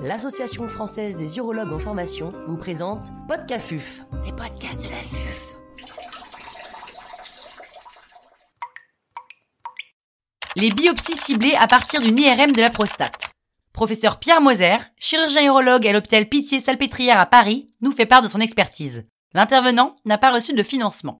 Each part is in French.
l'Association française des urologues en formation vous présente Podcafuf, les podcasts de la FUF. Les biopsies ciblées à partir d'une IRM de la prostate. Professeur Pierre Moser, chirurgien urologue à l'hôpital Pitié-Salpêtrière à Paris, nous fait part de son expertise. L'intervenant n'a pas reçu de financement.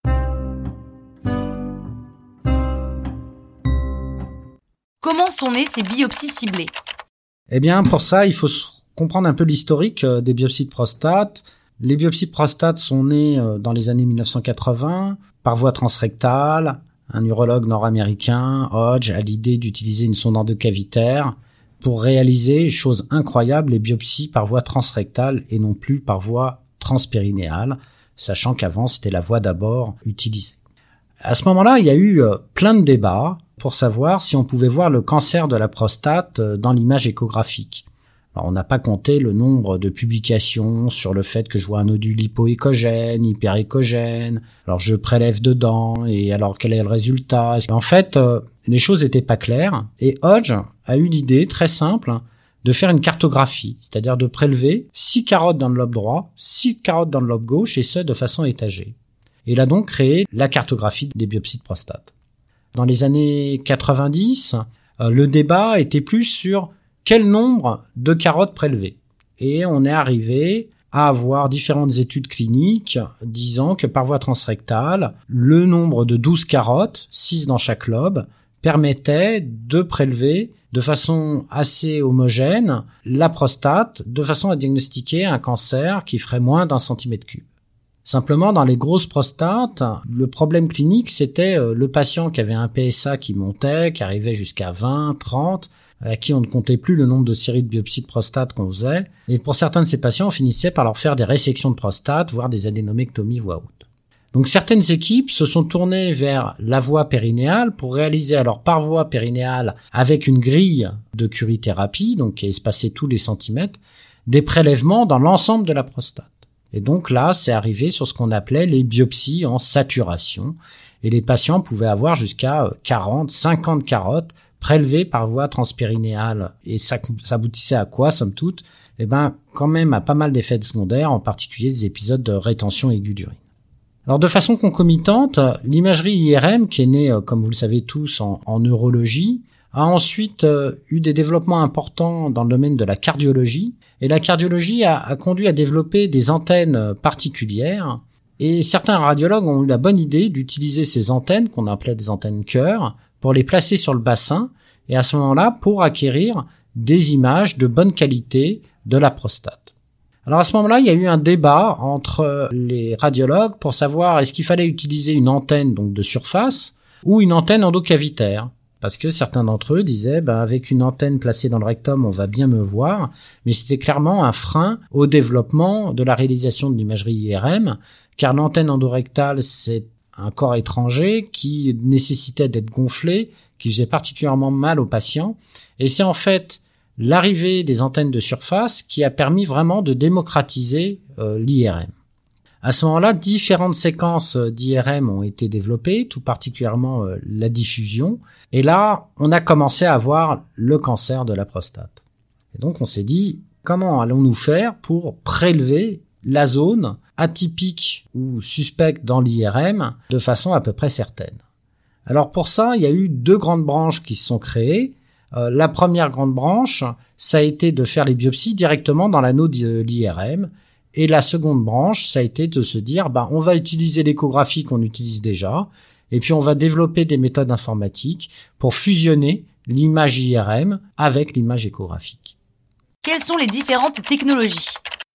Comment sont nées ces biopsies ciblées ? Eh bien, pour ça, il faut comprendre un peu l'historique des biopsies de prostate. Les biopsies de prostate sont nées dans les années 1980 par voie transrectale. Un urologue nord-américain, Hodge, a l'idée d'utiliser une sonde endocavitaire pour réaliser, chose incroyable, les biopsies par voie transrectale et non plus par voie transpérinéale, sachant qu'avant, c'était la voie d'abord utilisée. À ce moment-là, il y a eu plein de débats pour savoir si on pouvait voir le cancer de la prostate dans l'image échographique. Alors, on n'a pas compté le nombre de publications sur le fait que je vois un nodule hypoéchogène, hyperéchogène, alors je prélève dedans, et alors quel est le résultat ? En fait, les choses n'étaient pas claires, et Hodge a eu l'idée très simple de faire une cartographie, c'est-à-dire de prélever 6 carottes dans le lobe droit, 6 carottes dans le lobe gauche, et ce, de façon étagée. Et il a donc créé la cartographie des biopsies de prostate. Dans les années 90, le débat était plus sur quel nombre de carottes prélevées. Et on est arrivé à avoir différentes études cliniques disant que par voie transrectale, le nombre de 12 carottes, 6 dans chaque lobe, permettait de prélever de façon assez homogène la prostate, de façon à diagnostiquer un cancer qui ferait moins d'1 cm3. Simplement, dans les grosses prostates, le problème clinique, c'était le patient qui avait un PSA qui montait, qui arrivait jusqu'à 20, 30, à qui on ne comptait plus le nombre de séries de biopsies de prostate qu'on faisait. Et pour certains de ces patients, on finissait par leur faire des résections de prostate, voire des adénomectomies voie haute. Donc certaines équipes se sont tournées vers la voie périnéale pour réaliser alors par voie périnéale, avec une grille de curithérapie, donc qui est espacée tous les centimètres, des prélèvements dans l'ensemble de la prostate. Et donc là, c'est arrivé sur ce qu'on appelait les biopsies en saturation. Et les patients pouvaient avoir jusqu'à 40, 50 carottes prélevées par voie transpérinéale. Et ça aboutissait à quoi, somme toute ? Eh ben, quand même à pas mal d'effets secondaires, en particulier des épisodes de rétention aiguë d'urine. Alors, de façon concomitante, l'imagerie IRM, qui est née, comme vous le savez tous, en neurologie, a ensuite eu des développements importants dans le domaine de la cardiologie. Et la cardiologie a conduit à développer des antennes particulières. Et certains radiologues ont eu la bonne idée d'utiliser ces antennes, qu'on appelait des antennes cœur, pour les placer sur le bassin. Et à ce moment-là, pour acquérir des images de bonne qualité de la prostate. Alors à ce moment-là, il y a eu un débat entre les radiologues pour savoir est-ce qu'il fallait utiliser une antenne donc de surface ou une antenne endocavitaire. Parce que certains d'entre eux disaient, avec une antenne placée dans le rectum, on va bien me voir, mais c'était clairement un frein au développement de la réalisation de l'imagerie IRM, car l'antenne endorectale, c'est un corps étranger qui nécessitait d'être gonflé, qui faisait particulièrement mal aux patients, et c'est en fait l'arrivée des antennes de surface qui a permis vraiment de démocratiser l'IRM. À ce moment-là, différentes séquences d'IRM ont été développées, tout particulièrement la diffusion. Et là, on a commencé à voir le cancer de la prostate. Et donc, on s'est dit, comment allons-nous faire pour prélever la zone atypique ou suspecte dans l'IRM de façon à peu près certaine ? Alors pour ça, il y a eu 2 grandes branches qui se sont créées. La première grande branche, ça a été de faire les biopsies directement dans l'anneau de l'IRM. Et la seconde branche, ça a été de se dire, on va utiliser l'échographie qu'on utilise déjà, et puis on va développer des méthodes informatiques pour fusionner l'image IRM avec l'image échographique. Quelles sont les différentes technologies ?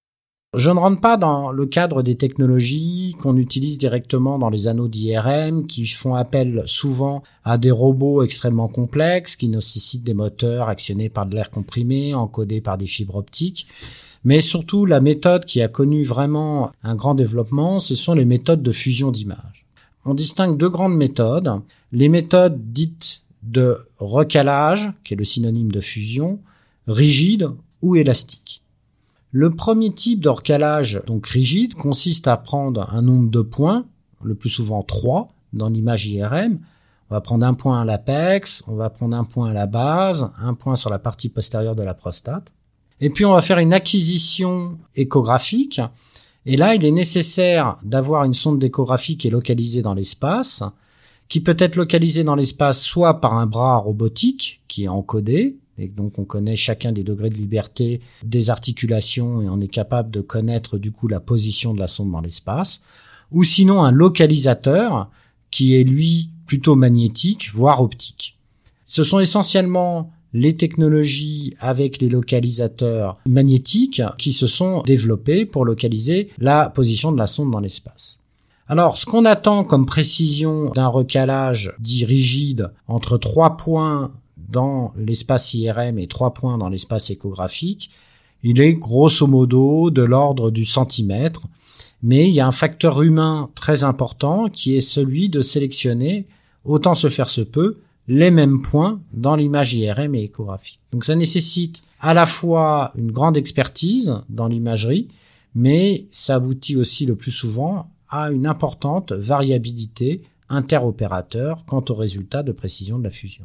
Je ne rentre pas dans le cadre des technologies qu'on utilise directement dans les anneaux d'IRM, qui font appel souvent à des robots extrêmement complexes, qui nécessitent des moteurs actionnés par de l'air comprimé, encodés par des fibres optiques. Mais surtout, la méthode qui a connu vraiment un grand développement, ce sont les méthodes de fusion d'images. On distingue 2 grandes méthodes. Les méthodes dites de recalage, qui est le synonyme de fusion, rigide ou élastique. Le premier type de recalage, donc rigide, consiste à prendre un nombre de points, le plus souvent 3, dans l'image IRM. On va prendre un point à l'apex, on va prendre un point à la base, un point sur la partie postérieure de la prostate. Et puis on va faire une acquisition échographique. Et là, il est nécessaire d'avoir une sonde d'échographie qui est localisée dans l'espace, qui peut être localisée dans l'espace soit par un bras robotique qui est encodé, et donc on connaît chacun des degrés de liberté des articulations et on est capable de connaître du coup la position de la sonde dans l'espace, ou sinon un localisateur qui est lui plutôt magnétique, voire optique. Ce sont essentiellement les technologies avec les localisateurs magnétiques qui se sont développées pour localiser la position de la sonde dans l'espace. Alors, ce qu'on attend comme précision d'un recalage dit rigide entre 3 points dans l'espace IRM et 3 points dans l'espace échographique, il est grosso modo de l'ordre du centimètre, mais il y a un facteur humain très important qui est celui de sélectionner, autant se faire se peut, les mêmes points dans l'image IRM et échographique. Donc ça nécessite à la fois une grande expertise dans l'imagerie, mais ça aboutit aussi le plus souvent à une importante variabilité interopérateur quant aux résultats de précision de la fusion.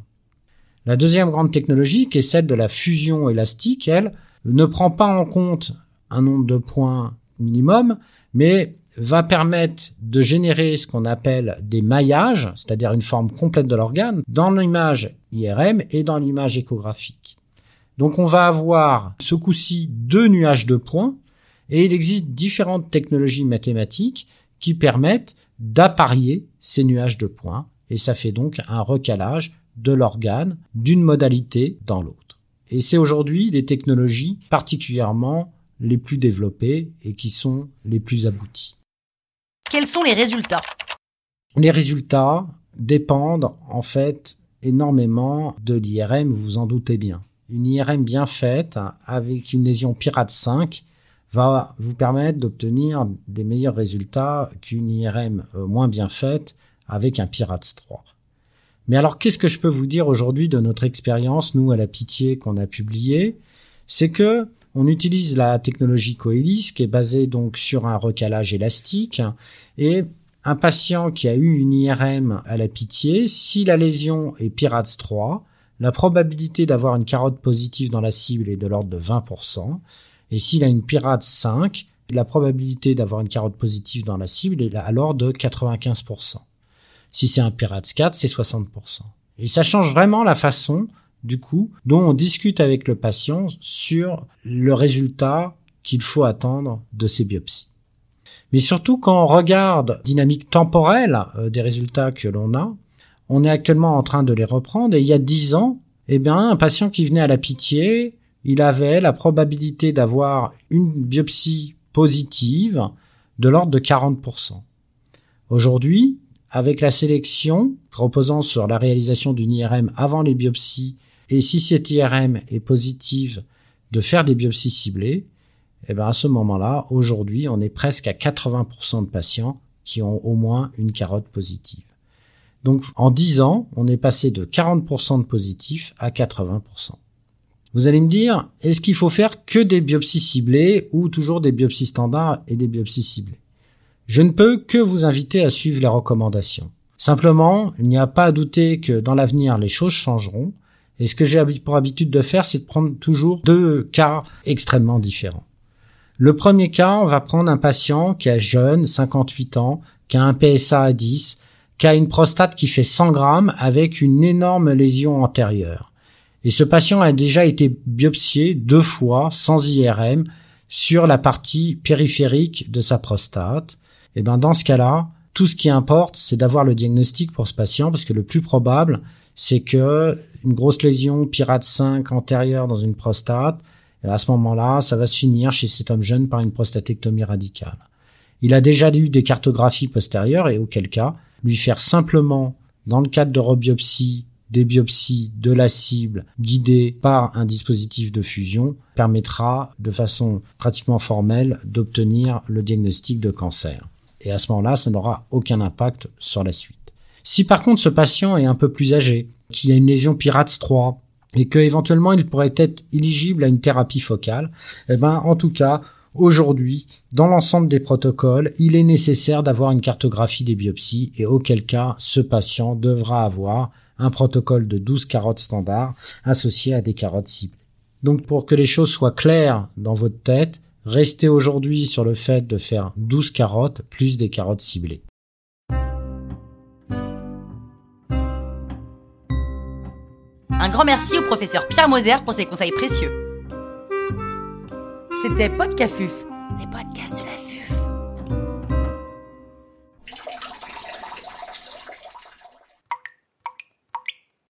La deuxième grande technologie, qui est celle de la fusion élastique, elle ne prend pas en compte un nombre de points minimum, mais va permettre de générer ce qu'on appelle des maillages, c'est-à-dire une forme complète de l'organe, dans l'image IRM et dans l'image échographique. Donc on va avoir ce coup-ci 2 nuages de points, et il existe différentes technologies mathématiques qui permettent d'apparier ces nuages de points, et ça fait donc un recalage de l'organe d'une modalité dans l'autre. Et c'est aujourd'hui les technologies particulièrement les plus développées et qui sont les plus abouties. Quels sont les résultats ? Les résultats dépendent en fait énormément de l'IRM, vous vous en doutez bien. Une IRM bien faite avec une lésion Pirate 5 va vous permettre d'obtenir des meilleurs résultats qu'une IRM moins bien faite avec un Pirate 3. Mais alors qu'est-ce que je peux vous dire aujourd'hui de notre expérience, nous à la Pitié qu'on a publiée ? C'est que on utilise la technologie Coelis qui est basée donc sur un recalage élastique et un patient qui a eu une IRM à la Pitié, si la lésion est Pirate 3, la probabilité d'avoir une carotte positive dans la cible est de l'ordre de 20%, et s'il a une Pirate 5, la probabilité d'avoir une carotte positive dans la cible est alors de 95%. Si c'est un Pirate 4, c'est 60%. Et ça change vraiment la façon du coup, dont on discute avec le patient sur le résultat qu'il faut attendre de ces biopsies. Mais surtout, quand on regarde la dynamique temporelle des résultats que l'on a, on est actuellement en train de les reprendre, et il y a 10 ans, un patient qui venait à la Pitié, il avait la probabilité d'avoir une biopsie positive de l'ordre de 40%. Aujourd'hui, avec la sélection reposant sur la réalisation d'une IRM avant les biopsies, et si cette IRM est positive, de faire des biopsies ciblées, à ce moment-là, aujourd'hui, on est presque à 80% de patients qui ont au moins une carotte positive. Donc, en 10 ans, on est passé de 40% de positifs à 80%. Vous allez me dire, est-ce qu'il faut faire que des biopsies ciblées ou toujours des biopsies standards et des biopsies ciblées ? Je ne peux que vous inviter à suivre les recommandations. Simplement, il n'y a pas à douter que dans l'avenir, les choses changeront. Et ce que j'ai pour habitude de faire, c'est de prendre toujours 2 cas extrêmement différents. Le premier cas, on va prendre un patient qui est jeune, 58 ans, qui a un PSA à 10, qui a une prostate qui fait 100 grammes avec une énorme lésion antérieure. Et ce patient a déjà été biopsié 2 fois sans IRM sur la partie périphérique de sa prostate. Et dans ce cas-là, tout ce qui importe, c'est d'avoir le diagnostic pour ce patient, parce que le plus probable, c'est que une grosse lésion Pirate 5 antérieure dans une prostate, et à ce moment-là, ça va se finir chez cet homme jeune par une prostatectomie radicale. Il a déjà eu des cartographies postérieures, et auquel cas, lui faire simplement, dans le cadre de rebiopsie, des biopsies de la cible guidées par un dispositif de fusion permettra de façon pratiquement formelle d'obtenir le diagnostic de cancer. Et à ce moment-là, ça n'aura aucun impact sur la suite. Si par contre ce patient est un peu plus âgé, qu'il a une lésion Pirate 3 et que éventuellement il pourrait être éligible à une thérapie focale, en tout cas, aujourd'hui, dans l'ensemble des protocoles, il est nécessaire d'avoir une cartographie des biopsies et auquel cas ce patient devra avoir un protocole de 12 carottes standards associé à des carottes ciblées. Donc pour que les choses soient claires dans votre tête, restez aujourd'hui sur le fait de faire 12 carottes plus des carottes ciblées. Un grand merci au professeur Pierre Moser pour ses conseils précieux. C'était Podcafuf, les podcasts de la FUF.